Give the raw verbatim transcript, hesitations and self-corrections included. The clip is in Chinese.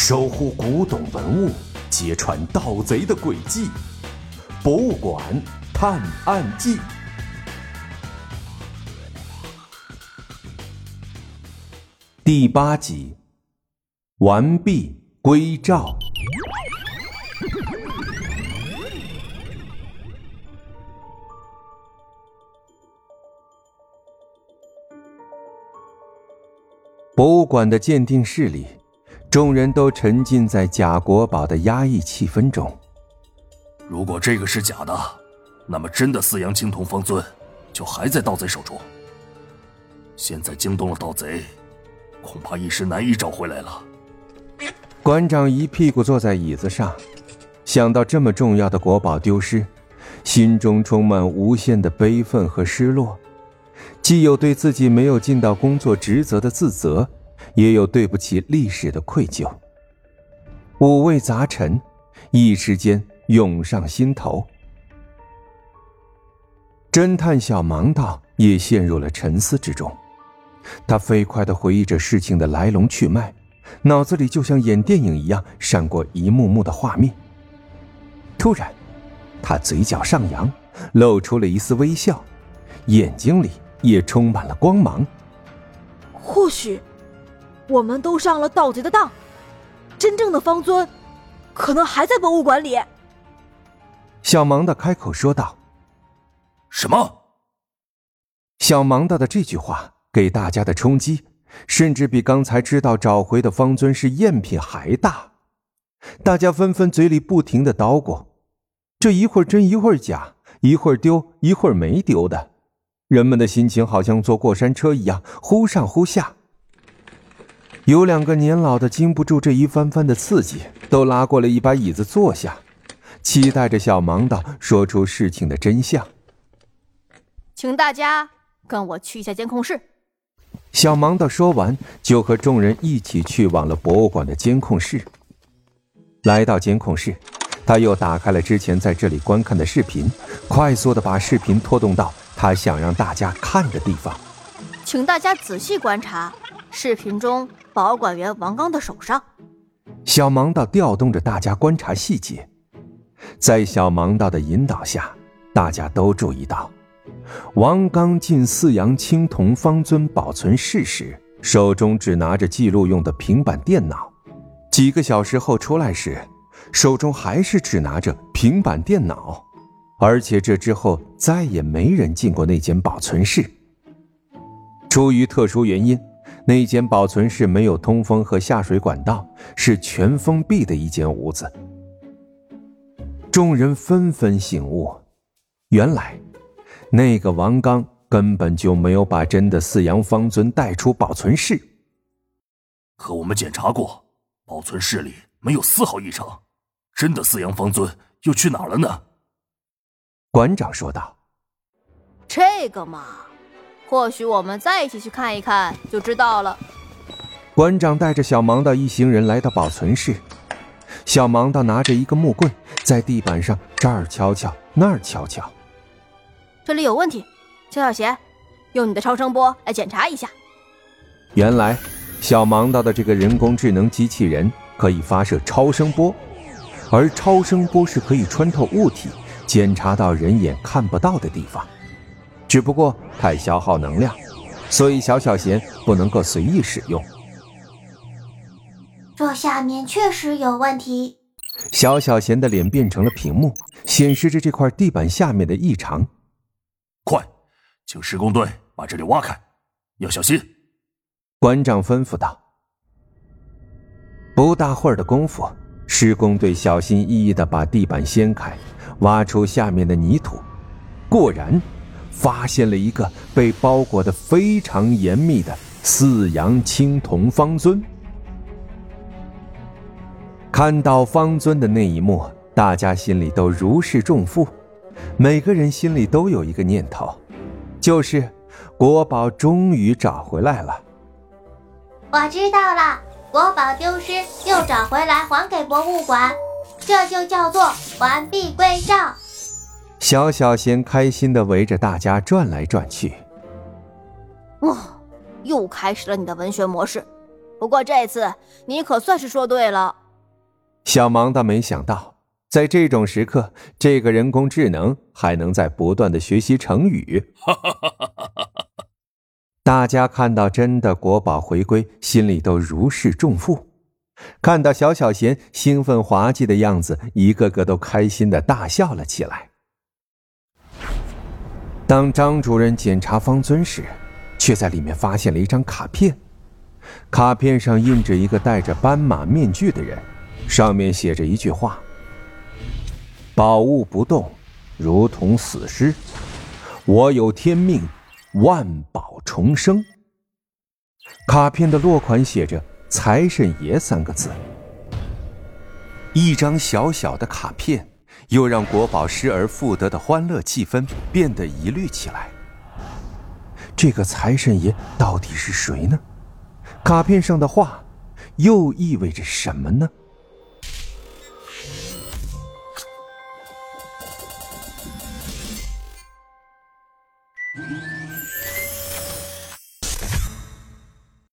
守护古董文物，揭穿盗贼的诡计。博物馆探案记第八集，完璧归赵。博物馆的鉴定室里，众人都沉浸在假国宝的压抑气氛中。 如果这个是假的，那么真的四阳青铜方尊就还在盗贼手中。现在惊动了盗贼，恐怕一时难以找回来了。 馆长一屁股坐在椅子上，想到这么重要的国宝丢失，心中充满无限的悲愤和失落，既有对自己没有尽到工作职责的自责，也有对不起历史的愧疚。五味杂陈一时间涌上心头。侦探小盲道也陷入了沉思之中，他飞快地回忆着事情的来龙去脉，脑子里就像演电影一样闪过一幕幕的画面。突然他嘴角上扬，露出了一丝微笑，眼睛里也充满了光芒。 或许我们都上了盗贼的当，真正的方尊可能还在博物馆里。 小盲道开口说道。 什么？ 小盲道的这句话给大家的冲击，甚至比刚才知道找回的方尊是赝品还大。大家纷纷嘴里不停地叨咕，这一会儿真一会儿假，一会儿丢一会儿没丢的，人们的心情好像坐过山车一样忽上忽下。有两个年老的经不住这一番番的刺激，都拉过了一把椅子坐下，期待着小盲道说出事情的真相。 请大家跟我去一下监控室。 小盲道说完，就和众人一起去往了博物馆的监控室。来到监控室，他又打开了之前在这里观看的视频，快速地把视频拖动到他想让大家看的地方。 请大家仔细观察视频中保管员王刚的手上。 小盲道调动着大家观察细节，在小盲道的引导下，大家都注意到王刚进四阳青铜方尊保存室时，手中只拿着记录用的平板电脑，几个小时后出来时，手中还是只拿着平板电脑，而且这之后再也没人进过那间保存室。出于特殊原因，那间保存室没有通风和下水管道，是全封闭的一间屋子。众人纷纷醒悟，原来那个王刚根本就没有把真的四阳方尊带出保存室。 可我们检查过，保存室里没有丝毫异常，真的四阳方尊又去哪儿了呢？ 馆长说道。 这个嘛，或许我们再一起去看一看就知道了。 馆长带着小盲道一行人来到保存室，小盲道拿着一个木棍，在地板上这儿敲敲那儿敲敲。 这里有问题，肖小贤，用你的超声波来检查一下。 原来小盲道的这个人工智能机器人可以发射超声波，而超声波是可以穿透物体，检查到人眼看不到的地方。只不过太消耗能量，所以小小贤不能够随意使用。 这下面确实有问题。 小小贤的脸变成了屏幕，显示着这块地板下面的异常。 快，请施工队把这里挖开，要小心。 馆长吩咐道。不大会儿的功夫，施工队小心翼翼地把地板掀开，挖出下面的泥土，果然发现了一个被包裹得非常严密的四阳青铜方尊。看到方尊的那一幕，大家心里都如释重负，每个人心里都有一个念头，就是国宝终于找回来了。 我知道了，国宝丢失又找回来还给博物馆，这就叫做完璧归赵。 小小贤开心地围着大家转来转去。 哦，又开始了你的文学模式， 不过这次你可算是说对了。 小芒倒没想到，在这种时刻，这个人工智能还能在不断的学习成语。大家看到真的国宝回归，心里都如释重负。看到小小贤兴奋滑稽的样子，一个个都开心地大笑了起来。当张主任检查方尊时，却在里面发现了一张卡片。卡片上印着一个戴着斑马面具的人，上面写着一句话：宝物不动，如同死尸，我有天命，万宝重生。卡片的落款写着财神爷三个字。一张小小的卡片又让国宝失而复得的欢乐气氛变得疑虑起来。这个财神爷到底是谁呢？卡片上的话又意味着什么呢？